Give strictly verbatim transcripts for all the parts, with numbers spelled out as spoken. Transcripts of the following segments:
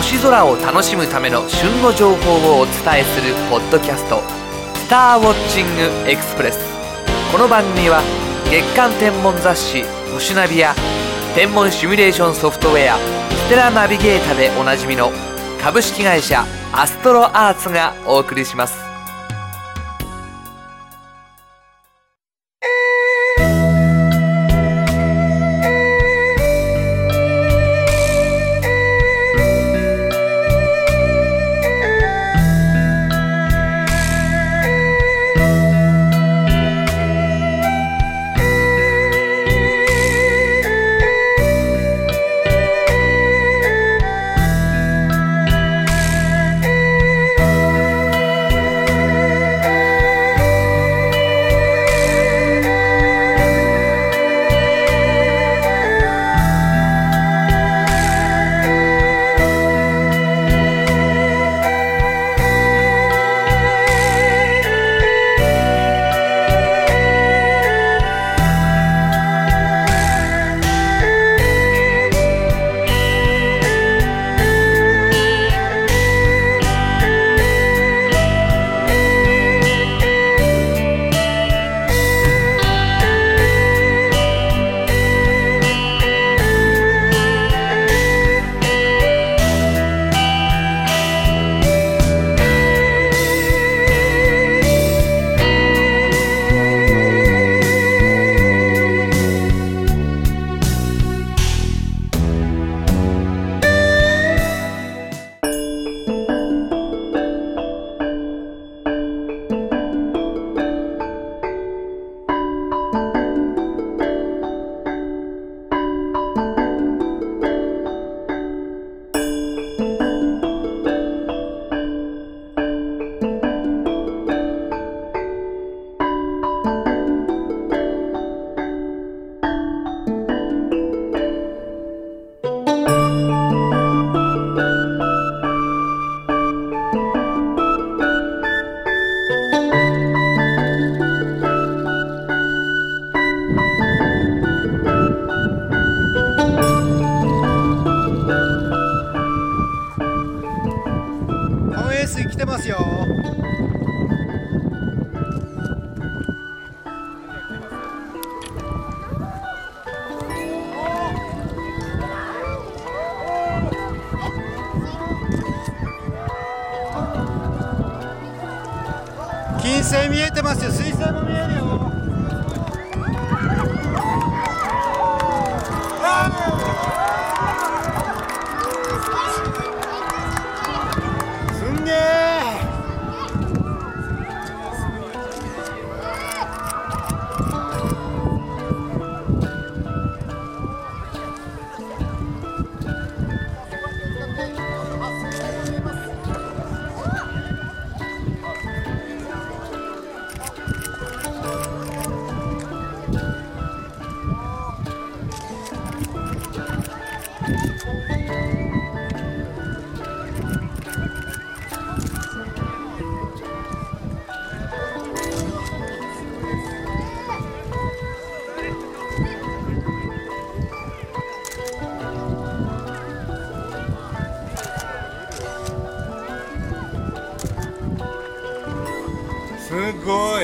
星空を楽しむための旬の情報をお伝えするポッドキャスト、スターウォッチングエクスプレス。この番組は月間天文雑誌星ナビや天文シミュレーションソフトウェアステラナビゲータでおなじみの株式会社アストロアーツがお送りします。 来てますよ。金星見えてますよ。水星も見えるよ。すごい。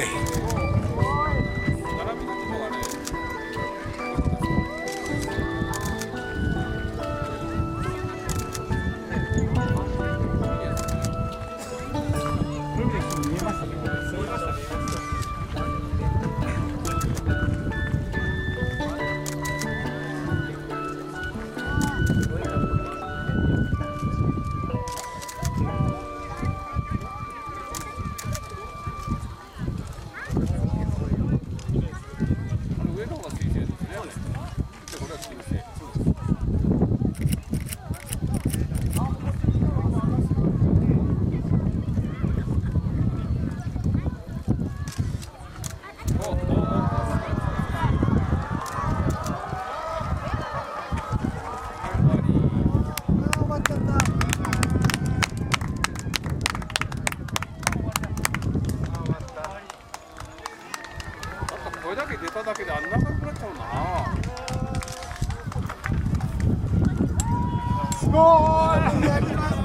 これだけ出ただけであんな感じになっちゃうな。すごーい。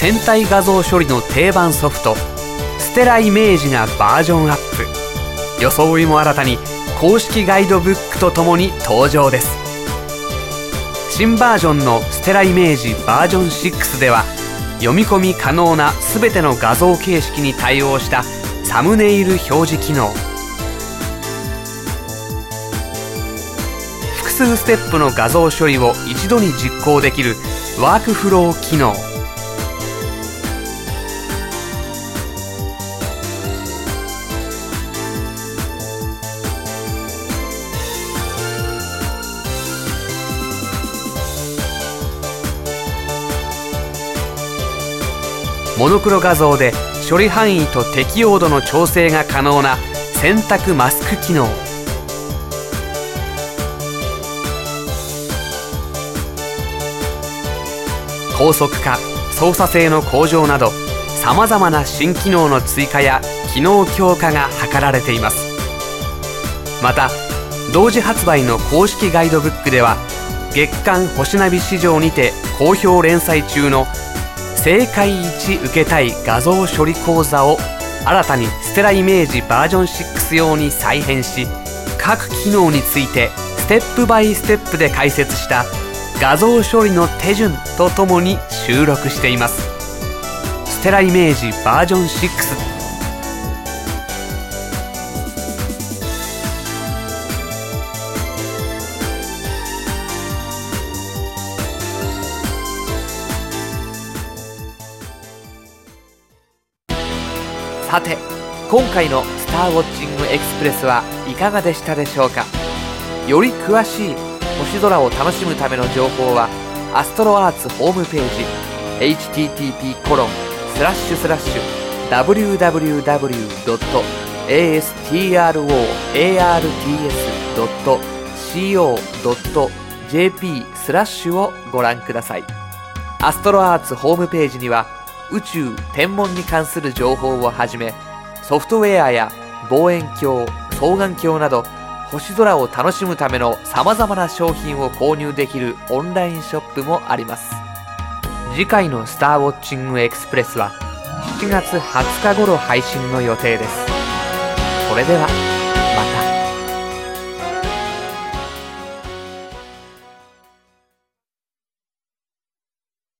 天体画像処理の定番ソフトステライメージがバージョンアップ。装いも新たに公式ガイドブックとともに登場です。新バージョンのステライメージバージョンろくでは読み込み可能な全ての画像形式に対応したサムネイル表示機能、複数ステップの画像処理を一度に実行できるワークフロー機能、モノクロ画像で処理範囲と適用度の調整が可能な選択マスク機能、高速化、操作性の向上などさまざまな新機能の追加や機能強化が図られています。また同時発売の公式ガイドブックでは月刊星ナビ市場にて好評連載中の世界一受けたい画像処理講座を新たにステライメージバージョンろく用に再編し、各機能についてステップバイステップで解説した画像処理の手順とともに収録しています。ステライメージバージョンろく、さて今回のスターウォッチングエクスプレスはいかがでしたでしょうか。より詳しい星空を楽しむための情報はアストロアーツホームページ エイチティーティーピーコロンスラッシュスラッシュダブリューダブリューダブリュードットエーエストロアールティーエスドットシーオードットジェーピースラッシュをご覧ください。アストロアーツホームページには宇宙天文に関する情報をはじめ、ソフトウェアや望遠鏡、双眼鏡など星空を楽しむためのさまざまな商品を購入できるオンラインショップもあります。次回のスターウォッチングエクスプレスはしちがつはつか頃配信の予定です。それでは。